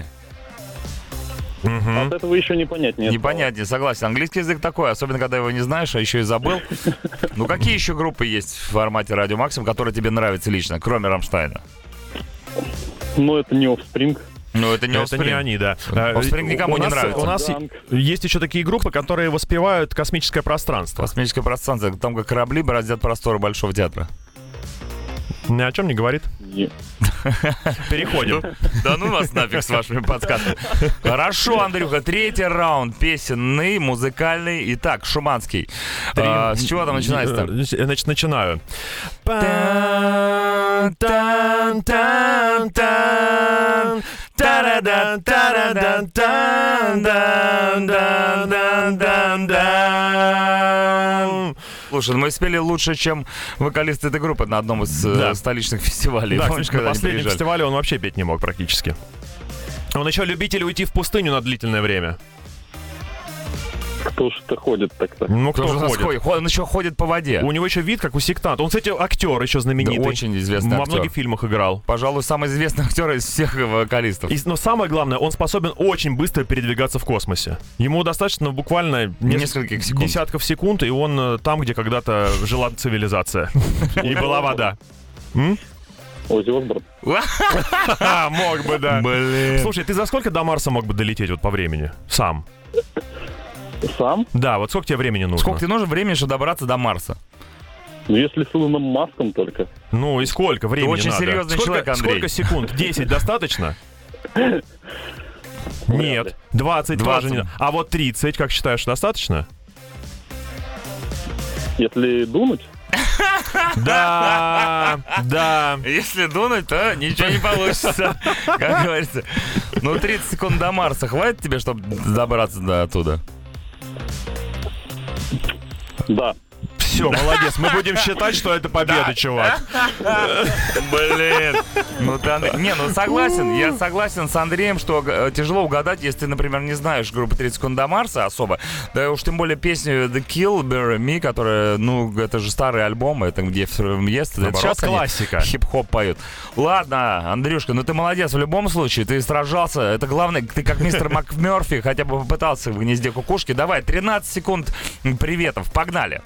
Мгм. От этого еще не понять нет. Непонятнее, согласен. Английский язык такой, особенно когда его не знаешь, а еще и забыл. Ну какие еще группы есть в формате Радио Максимум, которые тебе нравятся лично, кроме Рамштайна? Но это не Offspring. Ну это не Это не Offspring. они, да. Offspring никому У не нас- нравится. У нас Ганг. есть еще такие группы, которые воспевают космическое пространство. Космическое пространство, там как корабли бороздят просторы Большого театра. Ни о чем не говорит. Не. Переходим. Да ну вас нафиг с вашими подсказками. Хорошо, Андрюха, третий раунд, песенный, музыкальный. Итак, Шуманский. А, с чего там начинается-то? Э, Значит, начинаю. Слушай, мы спели лучше, чем вокалисты этой группы на одном из э, Да. столичных фестивалей. Да, Помнишь, кстати, на когда они последнем приезжали? фестивале он вообще петь не мог практически. Он еще любитель уйти в пустыню на длительное время. Кто ж это ходит так-то? Ну, кто, Кто же у нас ходит? ходит? Он еще ходит по воде. У него еще вид, как у сектанта. Он, кстати, актер еще знаменитый. Да, очень известный Во актер. многих фильмах играл. Пожалуй, самый известный актер из всех вокалистов. И- но самое главное, он способен очень быстро передвигаться в космосе. Ему достаточно буквально нес- Нескольких секунд. десятков секунд, и он э, там, где когда-то жила цивилизация. И была вода. Оззи Осборн. А, мог бы, да. Блин. Слушай, ты за сколько до Марса мог бы долететь вот по времени? Сам. Сам? Да, вот сколько тебе времени нужно? Сколько тебе нужно времени, чтобы добраться до Марса? Ну, если с Илоном Маском только. Ну и сколько времени очень надо? серьезный Сколько- человек, Андрей. Сколько секунд? десять достаточно? Вряд ли. Нет. двадцать тоже двадцать. не. А вот тридцать, как считаешь, достаточно? Если думать, Да, да. Если дунуть, то ничего не получится. Как говорится. Ну, тридцать секунд до Марса хватит тебе, чтобы добраться до оттуда? Да. Все, молодец. Мы будем считать, что это победа, чувак. Блин. Ну, ты, Андрей... Не, ну согласен. Я согласен с Андреем, что э, тяжело угадать, если ты, например, не знаешь группу тридцать секунд до Марса особо. Да уж тем более песню The Kill, Bury Me, которая, ну, это же старый альбом, это где есть. Это сейчас классика. Хип-хоп поют. Ладно, Андрюшка, ну ты молодец в любом случае. Ты сражался. Это главное, ты как мистер МакМёрфи хотя бы попытался в гнезде кукушки. Давай, тринадцать секунд приветов. Погнали.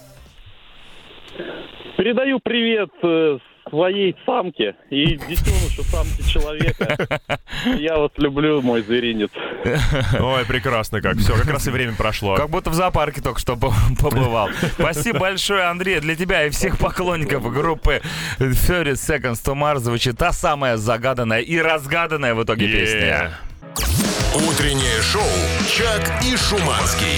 Передаю привет э, своей самке и детенышу самки человека. Я вас люблю, мой зверинец. Ой, прекрасно как. Все, как раз и время прошло. Как будто в зоопарке только что побывал. Спасибо большое, Андрей. Для тебя и всех поклонников группы thirty seconds to Mars звучит та самая загаданная и разгаданная в итоге Yeah. песня. Утреннее шоу «Чак и Шуманский».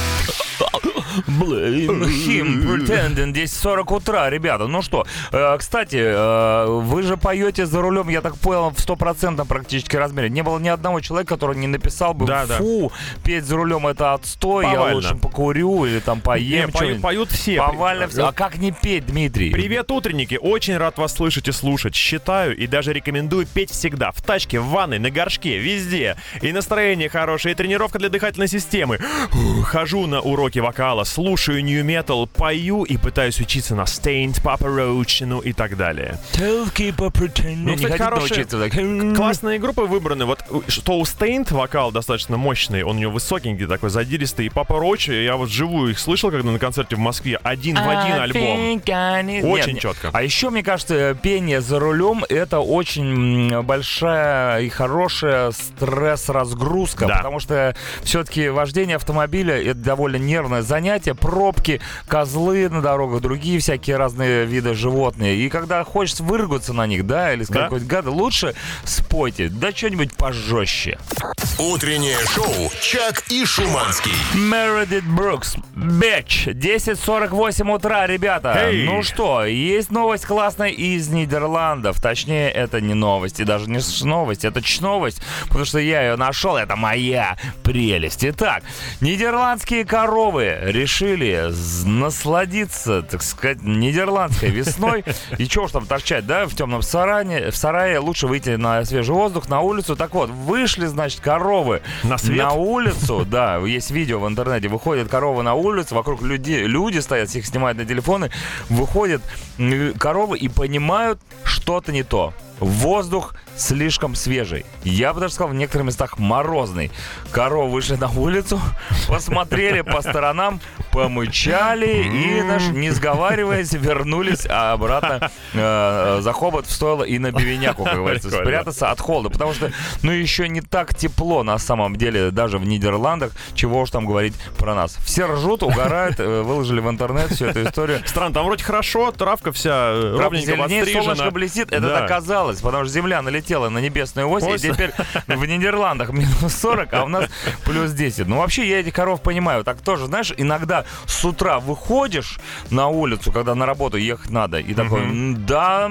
Blame him pretending. десять сорок утра, ребята. Ну что, э, кстати, э, вы же поете за рулем, я так понял, в стопроцентном практически размере. Не было ни одного человека, который не написал бы: да, фу, да. петь за рулем это отстой, Повально. я лучше покурю или там поем. Не, пою, поют все. Повально все. А как не петь, Дмитрий? Привет, утренники. Очень рад вас слышать и слушать. Считаю и даже рекомендую петь всегда. В тачке, в ванной, на горшке, везде. И настроение хорошее, и тренировка для дыхательной системы. Ух, хожу на уроки вокала, слушаю New Metal, пою и пытаюсь учиться на Stained, Papa Roach, ну и так далее. Tell keeper pretend. Ну, кстати, хорошие, классные группы выбраны. Вот что у Stained вокал достаточно мощный, он у него высокенький такой, задиристый. И Papa Roach, я вот вживую их слышал, когда на концерте в Москве, один в один альбом. Очень Нет, четко. А еще, мне кажется, пение за рулем — это очень большая и хорошая стресс-разгрузка, Да. потому что все-таки вождение автомобиля — это довольно нервное занятие. Пробки, козлы на дорогах, другие всякие разные виды животные. И когда хочется выругаться на них, да, или сказать Да. какой-то гад, лучше спойте, да что-нибудь пожестче. Утреннее шоу «Чак и Шуманский». Мередит Брукс, Bitch, десять сорок восемь утра, ребята. Hey. Ну что, есть новость классная из Нидерландов. Точнее, это не новость, и даже не новость, это чновость, потому что я ее нашел, это моя прелесть. Итак, нидерландские коровы решили насладиться, так сказать, нидерландской весной. И чего ж там торчать, да, в темном сарае, в сарае лучше выйти на свежий воздух, на улицу. Так вот, вышли, значит, коровы на свет, на улицу, да, есть видео в интернете, выходят коровы на улицу, вокруг люди, люди стоят, их снимают на телефоны, выходят коровы и понимают, что-то не то. Воздух слишком свежий. Я бы даже сказал, в некоторых местах морозный. Коровы вышли на улицу, посмотрели по сторонам, помычали и, наш, не сговариваясь, вернулись обратно э, за хобот в стойло и на бивняку, как говорится, спрятаться от холода. Потому что, ну, еще не так тепло на самом деле даже в Нидерландах, чего уж там говорить про нас. Все ржут, угорают, выложили в интернет всю эту историю. Странно, там вроде хорошо, травка вся ровненько подстрижена. Солнышко блестит, это да. доказалось, потому что Земля налетела на небесную ось, ось. И теперь в Нидерландах минус сорок, а у нас плюс десять. Ну, вообще, я этих коров понимаю. Так тоже, знаешь, иногда с утра выходишь на улицу, когда на работу ехать надо, и такой, mm-hmm. да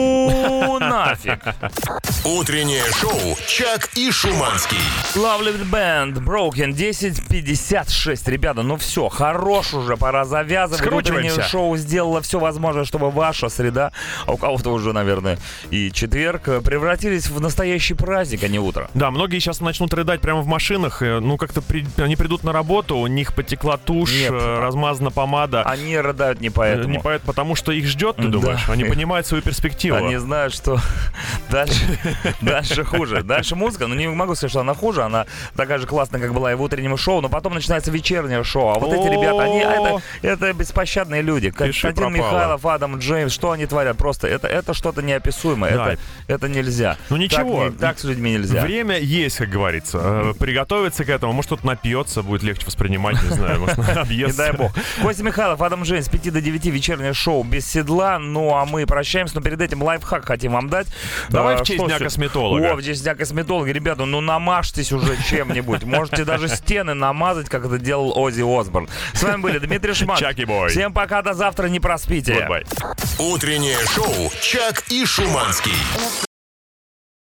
му нафиг. Утреннее шоу «Чак и Шуманский». Lovely Band, Broken, десять пятьдесят шесть. Ребята, ну все, хорош уже, пора завязывать. Утреннее шоу сделало все возможное, чтобы ваша среда, а у кого-то уже, наверное, и четверг, превратились в настоящий праздник, а не утро. Да, многие сейчас начнут рыдать прямо в машинах. Ну, как-то при... они придут на работу, у них потекла тушь, Нет. размазана помада. Они рыдают не поэтому. Не поэтому, потому что их ждет, ты думаешь? Да. Они понимают свою перспективу. Они знают, что дальше, дальше хуже. Дальше музыка, ну не могу сказать, что она хуже, она такая же классная, как была и в утреннем шоу, но потом начинается вечернее шоу. А вот эти ребята, они, это, это беспощадные люди. Константин Михайлов, Адам Джеймс, что они творят? Просто это, это что-то неописуемое. Да, это, это нельзя. Ну ничего. Так, не, так с людьми нельзя. Время есть, как говорится. Э, приготовиться к этому. Может, кто-то напьется, будет легче воспринимать, не знаю. Может, объестся. Не дай бог. Костя Михайлов, Адам Джейн, с пяти до девяти вечернее шоу без седла. Ну, а мы прощаемся. Но перед этим лайфхак хотим вам дать. Давай а, в честь Дня косметолога. О, в честь Дня косметолога. Ребята, ну намажьтесь уже чем-нибудь. Можете даже стены намазать, как это делал Оззи Осборн. С вами были Дмитрий Шман. Чаки бой. Всем пока, до завтра, не проспите. Goodbye. Утреннее шоу «Чак и Шуманский».